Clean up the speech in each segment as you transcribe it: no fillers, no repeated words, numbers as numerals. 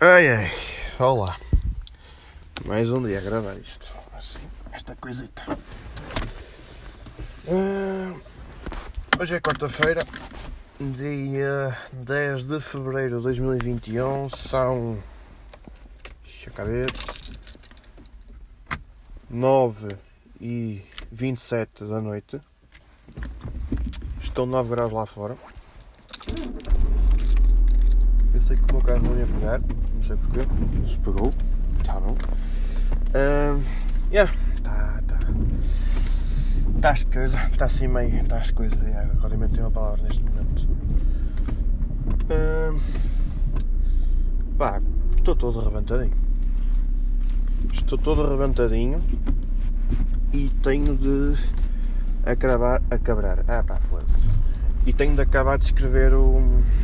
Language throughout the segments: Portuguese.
Ai ai, olá. Mais um dia a gravar isto. Assim, esta coisita. Hoje é quarta-feira, dia 10 de fevereiro de 2021. São, deixa cá ver, 9h27 da noite. Estão 9 graus lá fora. Pensei que o meu carro não ia pegar, não sei porquê, mas pegou, está bom. Está as coisas, está assim meio, está as coisas, agora inventei uma palavra neste momento. Estou todo arrebentadinho. E tenho de E tenho de acabar de escrever o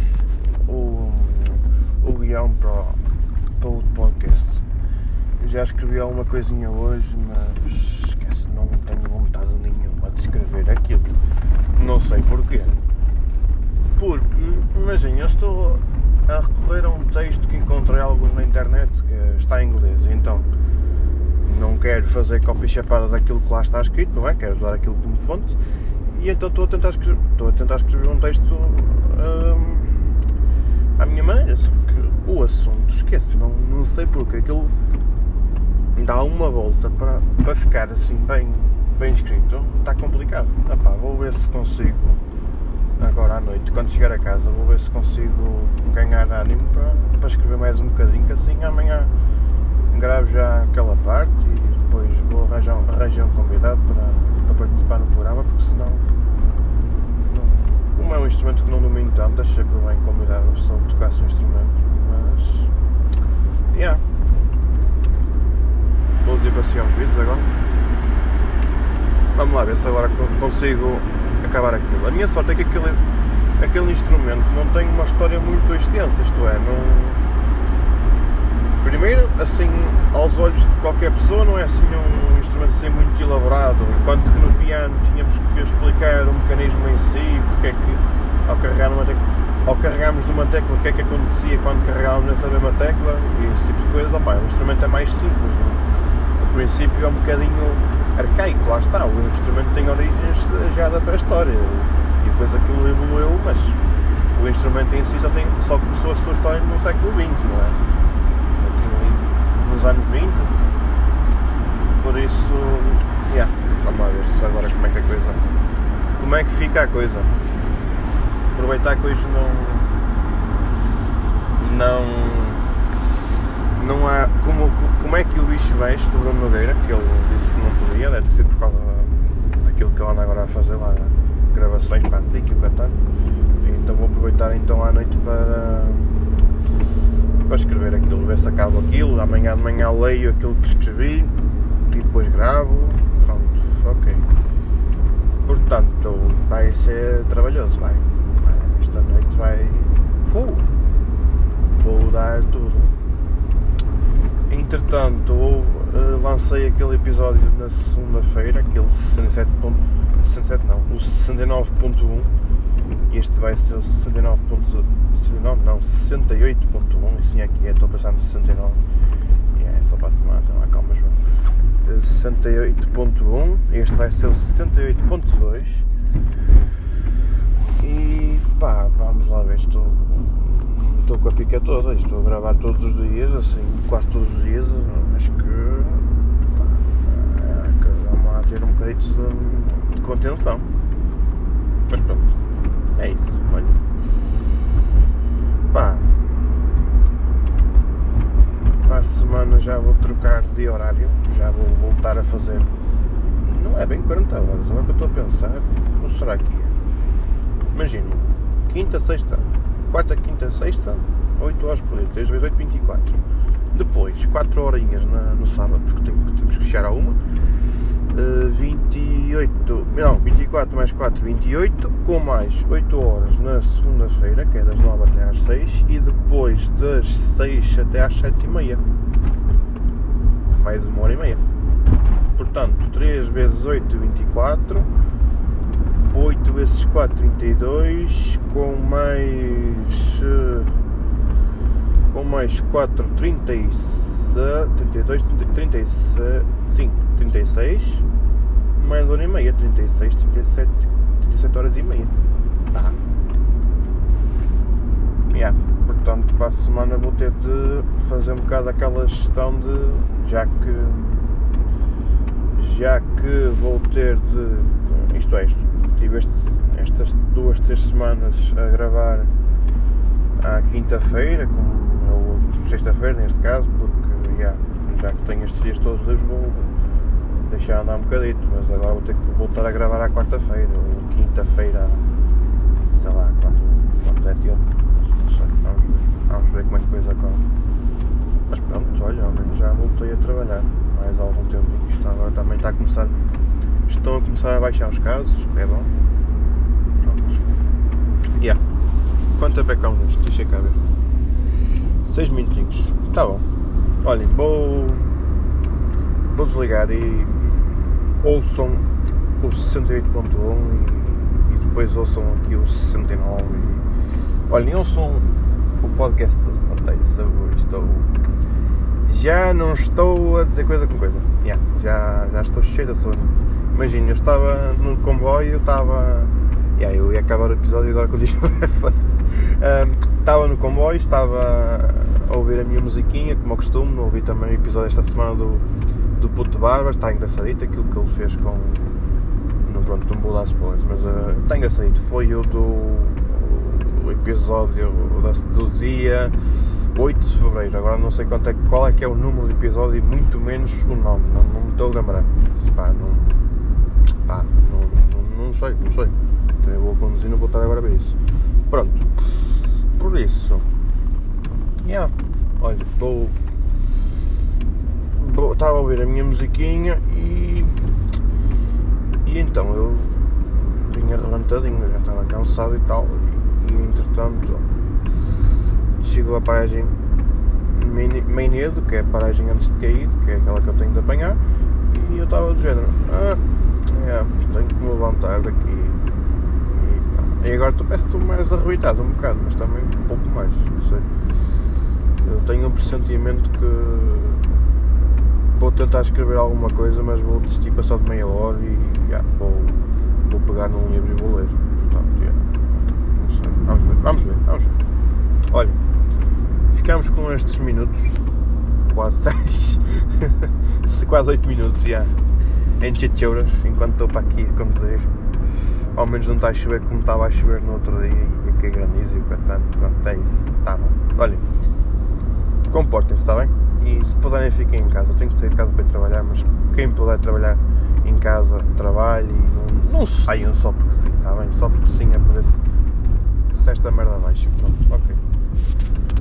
guião para o podcast. Já escrevi alguma coisinha hoje, mas esquece, não tenho vontade nenhuma de escrever aquilo. Não sei porquê. Porque, imagina, eu estou a recorrer a um texto que encontrei alguns na internet, que está em inglês, então não quero fazer cópia e chapada daquilo que lá está escrito, não é? Quero usar aquilo como fonte, e então estou a tentar escrever um texto à minha maneira, só que o assunto, esquece, não sei porque, aquilo dá uma volta para ficar assim bem escrito, está complicado. Vou ver se consigo, agora à noite, quando chegar a casa, vou ver se consigo ganhar ânimo para escrever mais um bocadinho, que assim amanhã gravo já aquela parte e depois vou arranjar um convidado para participar no programa, porque senão, como é um instrumento que não domino tanto, acho sempre bem convidar uma pessoa que tocasse um instrumento, mas vou dizer para seguir os vídeos agora. Vamos lá ver se agora consigo acabar aquilo. A minha sorte é que aquele instrumento não tem uma história muito extensa, isto é, primeiro, assim, aos olhos de qualquer pessoa, não é assim um instrumento assim muito elaborado, enquanto que no piano tínhamos que explicar o mecanismo em si, porque é que ao carregarmos numa tecla, o que é que acontecia quando carregávamos nessa mesma tecla, e esse tipo de coisas. O instrumento é mais simples, o princípio é um bocadinho arcaico, lá está, o instrumento tem origens já da pré-história, e depois aquilo evoluiu, mas o instrumento em si só começou a sua história no século XX, não é? Assim, nos anos 20, por isso, vamos lá ver se agora como é que fica a coisa. Aproveitar que hoje não há, como é que o bicho mexe do Bruno Nogueira, que ele disse que não podia, deve ser por causa daquilo que ele anda agora a fazer lá, gravações para a SIC e o Qatar, então vou aproveitar então à noite para escrever aquilo, ver se acabo aquilo, amanhã de manhã leio aquilo que escrevi e depois gravo, pronto, ok. Portanto, vai ser trabalhoso, esta noite vou dar tudo. Entretanto, lancei aquele episódio na segunda-feira, aquele 69.1, e este vai ser o 68.1, assim aqui estou a pensar no 69, é só para a semana, não há calma, João. 68.1, este vai ser o 68.2, e vamos lá ver, estou com a pica toda, estou a gravar todos os dias, assim, quase todos os dias, acho que vamos lá ter um bocadinho de contenção, mas pronto, é isso, olha, para a semana já vou trocar de horário, já vou voltar a fazer, não é bem 40 horas, agora que eu estou a pensar, não será que é? Imaginem, quarta, quinta, sexta, 8 horas por dia, 3 vezes 8, 24. Depois, 4 horinhas no sábado, porque temos que fechar a 1. 24 mais 4, 28, com mais 8 horas na segunda-feira, que é das 9 até às 6, e depois das 6 até às 7h30. Mais 1h30. Portanto, 3 vezes 8, 24. 8 vezes 4, 32, com com mais 4, 36, mais 1 hora e meia, 36, 37 horas e meia. Tá. Yeah. Portanto, para a semana vou ter de fazer um bocado aquela gestão de, já que vou ter de, isto é, tive estas 2-3 semanas a gravar à quinta-feira, ou sexta-feira neste caso, porque já que tenho estes dias todos livres vou deixar andar um bocadito, mas agora vou ter que voltar a gravar à quarta-feira, ou quinta-feira, sei lá, quando der tempo, não sei, vamos ver como é que coisa corre. Mas pronto, olha, ao menos já voltei a trabalhar mais algum tempo, isto agora também estão a começar a baixar os casos, é bom. Pronto. Quanto tempo é que vamos nisto? Deixa cá ver. 6 minutinhos, tá bom. Olhem, vou desligar e ouçam o 68.1 e depois ouçam aqui o 69 olhem, ouçam o podcast todo que contei sobre isto. Já não estou a dizer coisa com coisa, já estou cheio de sono. Imagina, eu estava no comboio, eu ia acabar o episódio e agora continuo. Estava no comboio, estava a ouvir a minha musiquinha, como eu costumo, ouvi também o episódio esta semana do Puto Barbas, está engraçadito aquilo que ele fez com... Não vou dar spoilers, mas está engraçadito, foi o do episódio do dia 8 de Fevereiro, agora não sei qual é que é o número de episódio e muito menos o nome, não me estou a lembrar. Não sei, eu vou conduzir, não vou estar agora a ver isso. Pronto, por isso, olha, estava a ouvir a minha musiquinha e então eu vinha levantadinho, já estava cansado e tal, e entretanto chegou a paragem Meinedo, que é a paragem antes de cair, que é aquela que eu tenho de apanhar, e eu estava do género, tenho que me levantar daqui, e agora parece que estou mais arrebitado um bocado, mas também um pouco mais, não sei. Eu tenho um pressentimento que vou tentar escrever alguma coisa, mas vou desistir passado meia hora e vou pegar num livro e vou ler. Portanto, não sei. Vamos ver. Olha, ficamos com estes minutos, quase 6, quase 8 minutos, em chichouras, enquanto estou para aqui a conduzir. Ao menos não está a chover como estava a chover no outro dia e aqui é granizo e o catano. Pronto, é isso, está bom. Olhem, comportem-se, está bem? E se puderem fiquem em casa. Eu tenho que sair de casa para ir trabalhar, mas quem puder trabalhar em casa, trabalhe e não saiam só porque sim, está bem? Só porque sim é para ver se esta merda baixa. Pronto, ok.